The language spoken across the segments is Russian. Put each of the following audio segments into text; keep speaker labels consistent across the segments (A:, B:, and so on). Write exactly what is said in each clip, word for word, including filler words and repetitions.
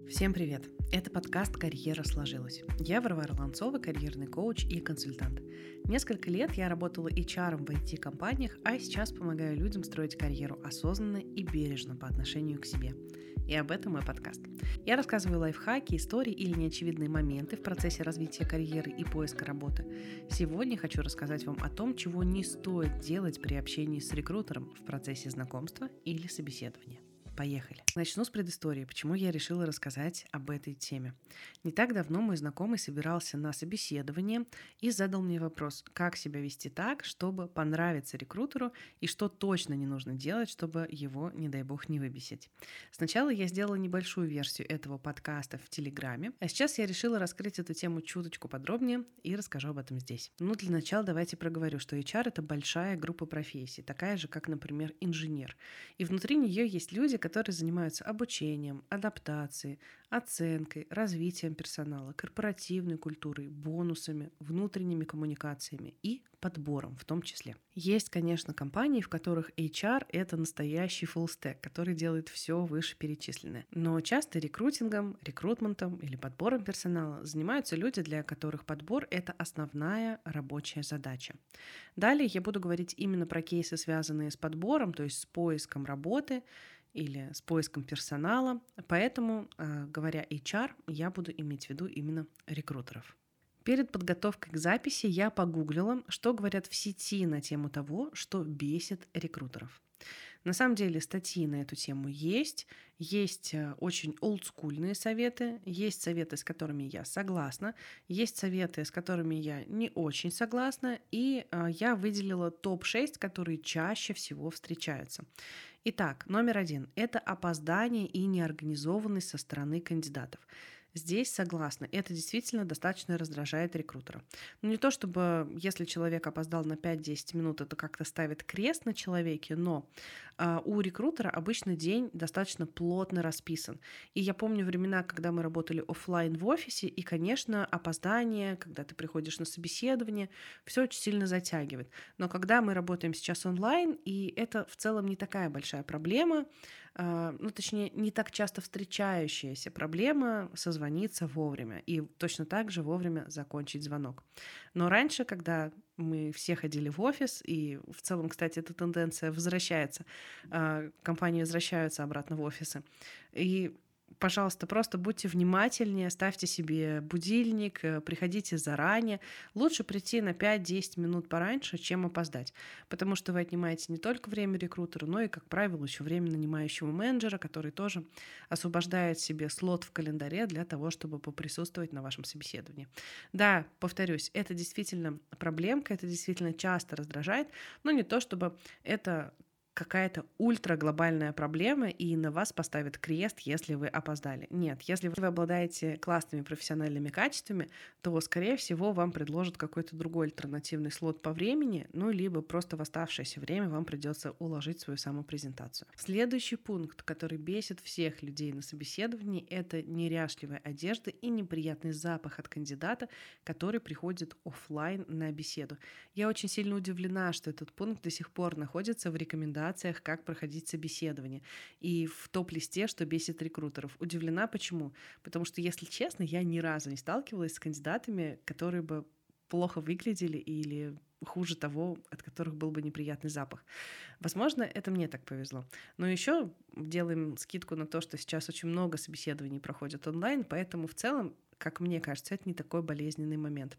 A: Всем привет! Это подкаст «Карьера сложилась». Я Варвара Ланцова, карьерный коуч и консультант. Несколько лет я работала эйч ар в ай ти-компаниях, а сейчас помогаю людям строить карьеру осознанно и бережно по отношению к себе. И об этом мой подкаст. Я рассказываю лайфхаки, истории или неочевидные моменты в процессе развития карьеры и поиска работы. Сегодня хочу рассказать вам о том, чего не стоит делать при общении с рекрутером в процессе знакомства или собеседования. Поехали. Начну с предыстории, почему я решила рассказать об этой теме. Не так давно мой знакомый собирался на собеседование и задал мне вопрос, как себя вести так, чтобы понравиться рекрутеру и что точно не нужно делать, чтобы его, не дай бог, не выбесить. Сначала я сделала небольшую версию этого подкаста в Телеграме, а сейчас я решила раскрыть эту тему чуточку подробнее и расскажу об этом здесь. Ну, для начала давайте проговорю, что эйч ар — это большая группа профессий, такая же, как, например, инженер. И внутри нее есть люди, которые занимаются обучением, адаптацией, оценкой, развитием персонала, корпоративной культурой, бонусами, внутренними коммуникациями и подбором в том числе. Есть, конечно, компании, в которых эйч ар — это настоящий фуллстек, который делает все вышеперечисленное. Но часто рекрутингом, рекрутментом или подбором персонала занимаются люди, для которых подбор — это основная рабочая задача. Далее я буду говорить именно про кейсы, связанные с подбором, то есть с поиском работы, или с поиском персонала. Поэтому, говоря эйч ар, я буду иметь в виду именно рекрутеров. Перед подготовкой к записи я погуглила, что говорят в сети на тему того, что бесит рекрутеров. На самом деле статьи на эту тему есть, есть очень олдскульные советы, есть советы, с которыми я согласна, есть советы, с которыми я не очень согласна, и я выделила топ шесть, которые чаще всего встречаются. Итак, номер один – это опоздание и неорганизованность со стороны кандидатов. Здесь согласна, это действительно достаточно раздражает рекрутера. Ну, не то чтобы, если человек опоздал на пять-десять минут, это как-то ставит крест на человеке, но э, у рекрутера обычно день достаточно плотно расписан. И я помню времена, когда мы работали офлайн в офисе, и, конечно, опоздание, когда ты приходишь на собеседование, все очень сильно затягивает. Но когда мы работаем сейчас онлайн, и это в целом не такая большая проблема, э, ну, точнее, не так часто встречающаяся проблема созвониться вовремя и точно так же вовремя закончить звонок. Но раньше, когда мы все ходили в офис, и в целом, кстати, эта тенденция возвращается, компании возвращаются обратно в офисы, и пожалуйста, просто будьте внимательнее, ставьте себе будильник, приходите заранее. Лучше прийти на пять-десять минут пораньше, чем опоздать, потому что вы отнимаете не только время рекрутера, но и, как правило, еще время нанимающего менеджера, который тоже освобождает себе слот в календаре для того, чтобы поприсутствовать на вашем собеседовании. Да, повторюсь, это действительно проблемка, это действительно часто раздражает, но не то, чтобы это какая-то ультраглобальная проблема, и на вас поставят крест, если вы опоздали. Нет, если вы обладаете классными профессиональными качествами, то, скорее всего, вам предложат какой-то другой альтернативный слот по времени, ну, либо просто в оставшееся время вам придется уложить свою самопрезентацию. Следующий пункт, который бесит всех людей на собеседовании, это неряшливая одежда и неприятный запах от кандидата, который приходит офлайн на беседу. Я очень сильно удивлена, что этот пункт до сих пор находится в рекомендациях, как проходить собеседование, и в топ-листе, что бесит рекрутеров. Удивлена, почему? Потому что, если честно, я ни разу не сталкивалась с кандидатами, которые бы плохо выглядели или, хуже того, от которых был бы неприятный запах. Возможно, это мне так повезло. Но еще делаем скидку на то, что сейчас очень много собеседований проходят онлайн, поэтому в целом, как мне кажется, это не такой болезненный момент.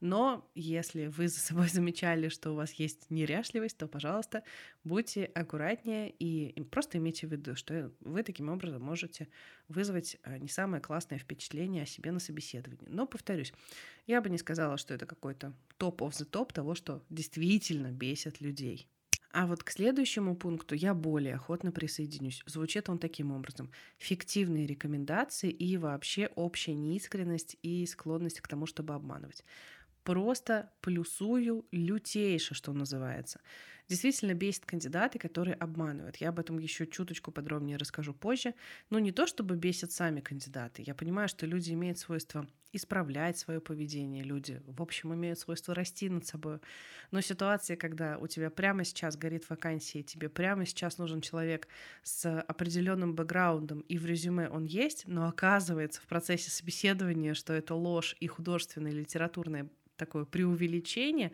A: Но если вы за собой замечали, что у вас есть неряшливость, то, пожалуйста, будьте аккуратнее и просто имейте в виду, что вы таким образом можете вызвать не самое классное впечатление о себе на собеседовании. Но, повторюсь, я бы не сказала, что это какой-то топ of the top того, что действительно бесит людей. А вот к следующему пункту я более охотно присоединюсь. Звучит он таким образом. Фиктивные рекомендации и вообще общая неискренность и склонность к тому, чтобы обманывать. Просто плюсую лютейше, что называется. Действительно бесит кандидаты, которые обманывают. Я об этом еще чуточку подробнее расскажу позже. Но не то, чтобы бесят сами кандидаты. Я понимаю, что люди имеют свойство исправлять свое поведение. Люди, в общем, имеют свойство расти над собой. Но ситуация, когда у тебя прямо сейчас горит вакансия, тебе прямо сейчас нужен человек с определенным бэкграундом, и в резюме он есть, но оказывается в процессе собеседования, что это ложь и художественное, литературное такое преувеличение,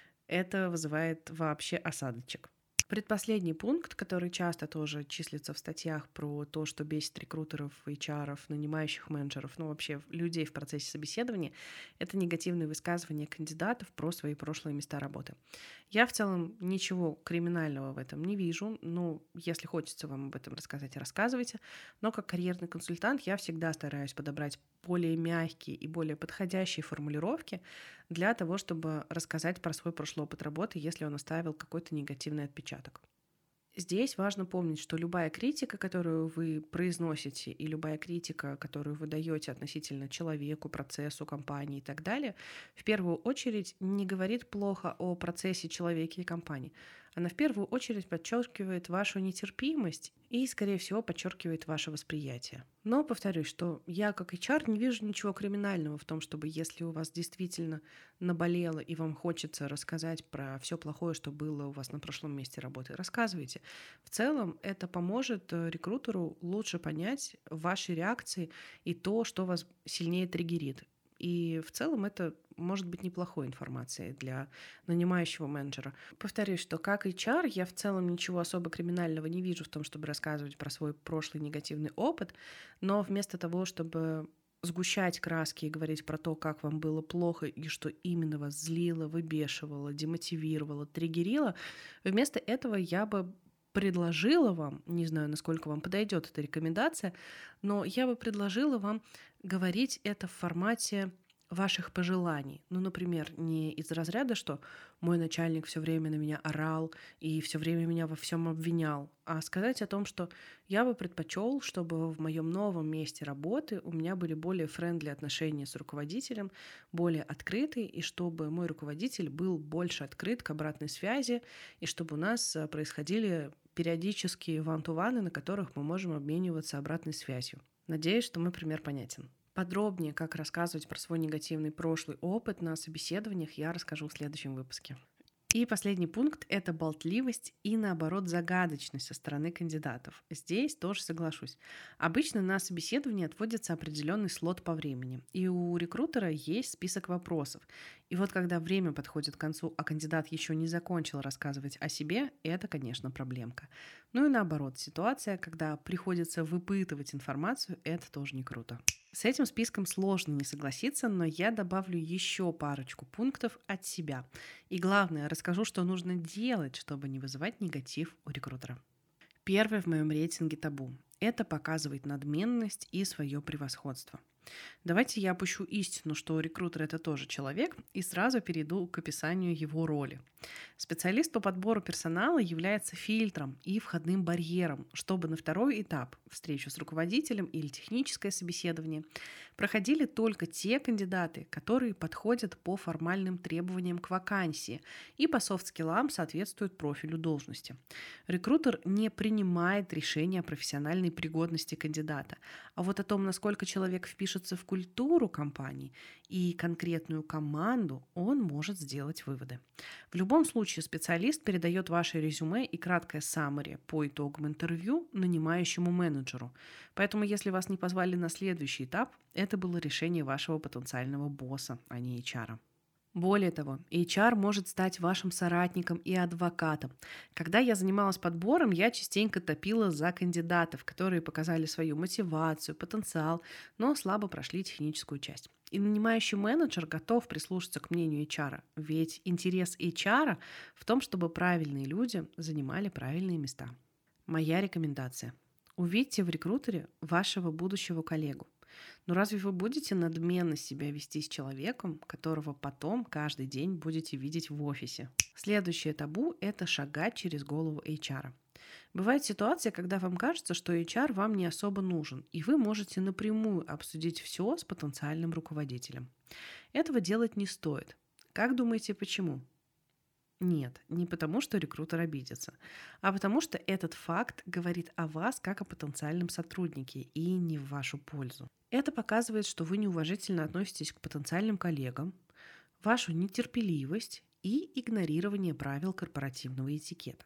A: это вызывает вообще осадочек. Предпоследний пункт, который часто тоже числится в статьях про то, что бесит рекрутеров, эйч ар, нанимающих менеджеров, ну вообще людей в процессе собеседования, это негативные высказывания кандидатов про свои прошлые места работы. Я в целом ничего криминального в этом не вижу, ну, если хочется вам об этом рассказать, рассказывайте, но как карьерный консультант я всегда стараюсь подобрать более мягкие и более подходящие формулировки для того, чтобы рассказать про свой прошлый опыт работы, если он оставил какой-то негативный отпечаток. Здесь важно помнить, что любая критика, которую вы произносите, и любая критика, которую вы даете относительно человеку, процессу, компании и так далее, в первую очередь не говорит плохо о процессе, человеке и компании. Она в первую очередь подчеркивает вашу нетерпимость и, скорее всего, подчеркивает ваше восприятие. Но повторюсь, что я как эйч ар не вижу ничего криминального в том, чтобы если у вас действительно наболело и вам хочется рассказать про все плохое, что было у вас на прошлом месте работы, рассказывайте. В целом это поможет рекрутеру лучше понять ваши реакции и то, что вас сильнее триггерит. И в целом это может быть неплохой информацией для нанимающего менеджера. Повторюсь, что как эйч ар я в целом ничего особо криминального не вижу в том, чтобы рассказывать про свой прошлый негативный опыт, но вместо того, чтобы сгущать краски и говорить про то, как вам было плохо и что именно вас злило, выбешивало, демотивировало, триггерило, вместо этого я бы предложила вам, не знаю, насколько вам подойдет эта рекомендация, но я бы предложила вам говорить это в формате ваших пожеланий. Ну, например, не из разряда, что мой начальник все время на меня орал и все время меня во всем обвинял, а сказать о том, что я бы предпочел, чтобы в моем новом месте работы у меня были более френдли отношения с руководителем, более открытые, и чтобы мой руководитель был больше открыт к обратной связи, и чтобы у нас происходили периодические ван-ту-ваны, на которых мы можем обмениваться обратной связью. Надеюсь, что мой пример понятен. Подробнее, как рассказывать про свой негативный прошлый опыт на собеседованиях, я расскажу в следующем выпуске. И последний пункт – это болтливость и, наоборот, загадочность со стороны кандидатов. Здесь тоже соглашусь. Обычно на собеседовании отводится определенный слот по времени, и у рекрутера есть список вопросов. И вот когда время подходит к концу, а кандидат еще не закончил рассказывать о себе, это, конечно, проблемка. Ну и наоборот, ситуация, когда приходится выпытывать информацию, это тоже не круто. С этим списком сложно не согласиться, но я добавлю еще парочку пунктов от себя. И главное, расскажу, что нужно делать, чтобы не вызывать негатив у рекрутера. Первое в моем рейтинге табу – это показывать надменность и свое превосходство. Давайте я опущу истину, что рекрутер – это тоже человек, и сразу перейду к описанию его роли. Специалист по подбору персонала является фильтром и входным барьером, чтобы на второй этап, встречу с руководителем или техническое собеседование, проходили только те кандидаты, которые подходят по формальным требованиям к вакансии и по софт-скиллам соответствуют профилю должности. Рекрутер не принимает решения о профессиональной пригодности кандидата, а вот о том, насколько человек впишется в культуру компании и конкретную команду, он может сделать выводы. В любом случае специалист передает ваше резюме и краткое саммари по итогам интервью нанимающему менеджеру. Поэтому, если вас не позвали на следующий этап, это было решение вашего потенциального босса, а не эйч ар. Более того, эйч ар может стать вашим соратником и адвокатом. Когда я занималась подбором, я частенько топила за кандидатов, которые показали свою мотивацию, потенциал, но слабо прошли техническую часть. И нанимающий менеджер готов прислушаться к мнению эйч ар, ведь интерес эйч ар в том, чтобы правильные люди занимали правильные места. Моя рекомендация. Увидьте в рекрутере вашего будущего коллегу. Но разве вы будете надменно себя вести с человеком, которого потом каждый день будете видеть в офисе? Следующее табу – это шагать через голову эйч ар. Бывает ситуация, когда вам кажется, что эйч ар вам не особо нужен, и вы можете напрямую обсудить все с потенциальным руководителем. Этого делать не стоит. Как думаете, почему? Нет, не потому, что рекрутер обидится, а потому что этот факт говорит о вас как о потенциальном сотруднике и не в вашу пользу. Это показывает, что вы неуважительно относитесь к потенциальным коллегам, вашу нетерпеливость и игнорирование правил корпоративного этикета.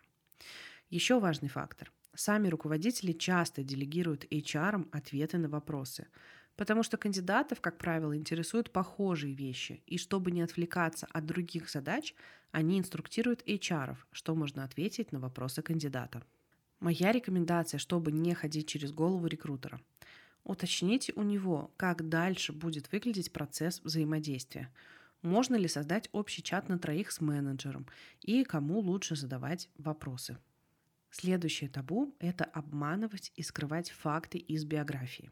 A: Еще важный фактор. Сами руководители часто делегируют эйч ар ответы на вопросы, потому что кандидатов, как правило, интересуют похожие вещи, и чтобы не отвлекаться от других задач, они инструктируют эйч ар, что можно ответить на вопросы кандидата. Моя рекомендация, чтобы не ходить через голову рекрутера. Уточните у него, как дальше будет выглядеть процесс взаимодействия. Можно ли создать общий чат на троих с менеджером и кому лучше задавать вопросы. Следующее табу – это обманывать и скрывать факты из биографии.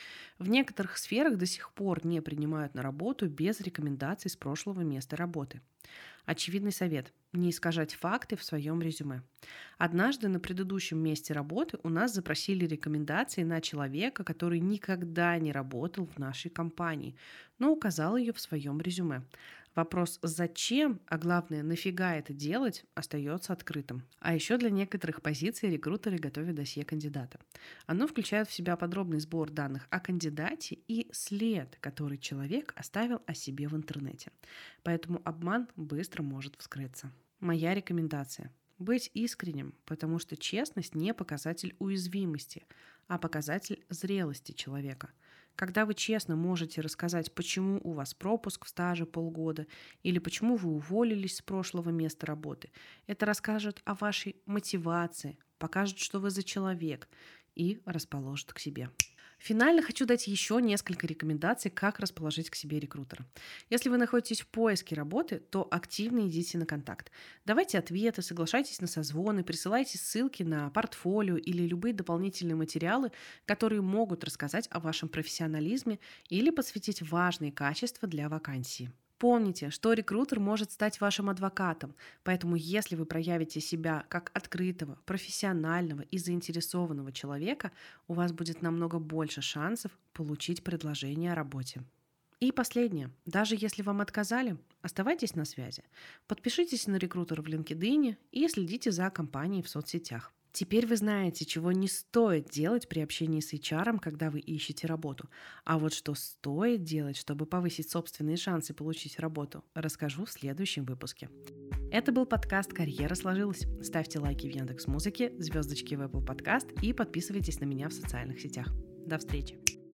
A: В некоторых сферах до сих пор не принимают на работу без рекомендаций с прошлого места работы. Очевидный совет – не искажать факты в своем резюме. Однажды на предыдущем месте работы у нас запросили рекомендации на человека, который никогда не работал в нашей компании, но указал ее в своем резюме. Вопрос «зачем?», а главное «нафига это делать?» остается открытым. А еще для некоторых позиций рекрутеры готовят досье кандидата. Оно включает в себя подробный сбор данных о кандидате и след, который человек оставил о себе в интернете. Поэтому обман быстро может вскрыться. Моя рекомендация – быть искренним, потому что честность не показатель уязвимости, а показатель зрелости человека. Когда вы честно можете рассказать, почему у вас пропуск в стаже полгода или почему вы уволились с прошлого места работы, это расскажет о вашей мотивации, покажет, что вы за человек и расположит к себе. Финально хочу дать еще несколько рекомендаций, как расположить к себе рекрутера. Если вы находитесь в поиске работы, то активно идите на контакт. Давайте ответы, соглашайтесь на созвоны, присылайте ссылки на портфолио или любые дополнительные материалы, которые могут рассказать о вашем профессионализме или посвятить важные качества для вакансии. Помните, что рекрутер может стать вашим адвокатом, поэтому если вы проявите себя как открытого, профессионального и заинтересованного человека, у вас будет намного больше шансов получить предложение о работе. И последнее. Даже если вам отказали, оставайтесь на связи. Подпишитесь на рекрутера в LinkedIn и следите за компанией в соцсетях. Теперь вы знаете, чего не стоит делать при общении с эйч ар, когда вы ищете работу. А вот что стоит делать, чтобы повысить собственные шансы получить работу, расскажу в следующем выпуске. Это был подкаст «Карьера сложилась». Ставьте лайки в Яндекс.Музыке, звездочки в Apple Podcast и подписывайтесь на меня в социальных сетях. До встречи!